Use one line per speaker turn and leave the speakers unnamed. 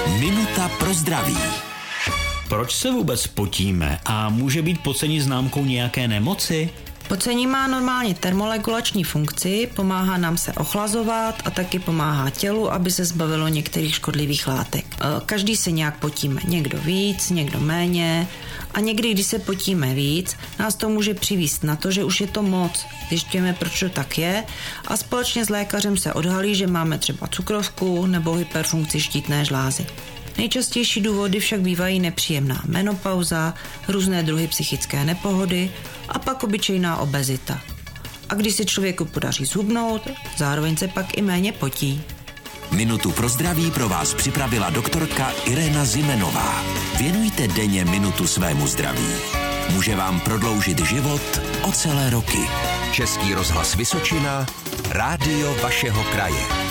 Minuta pro zdraví.
Proč se vůbec potíme a může být pocení známkou nějaké nemoci?
Pocení má normálně termoregulační funkci, pomáhá nám se ochlazovat a taky pomáhá tělu, aby se zbavilo některých škodlivých látek. Každý se nějak potíme, někdo víc, někdo méně a někdy, když se potíme víc, nás to může přivést na to, že už je to moc. Zjišťujeme, proč to tak je a společně s lékařem se odhalí, že máme třeba cukrovku nebo hyperfunkci štítné žlázy. Nejčastější důvody však bývají nepříjemná menopauza, různé druhy psychické nepohody a pak obyčejná obezita. A když se člověku podaří zhubnout, zároveň se pak i méně potí.
Minutu pro zdraví pro vás připravila doktorka Irena Zimenová. Věnujte denně minutu svému zdraví. Může vám prodloužit život o celé roky. Český rozhlas Vysočina, rádio vašeho kraje.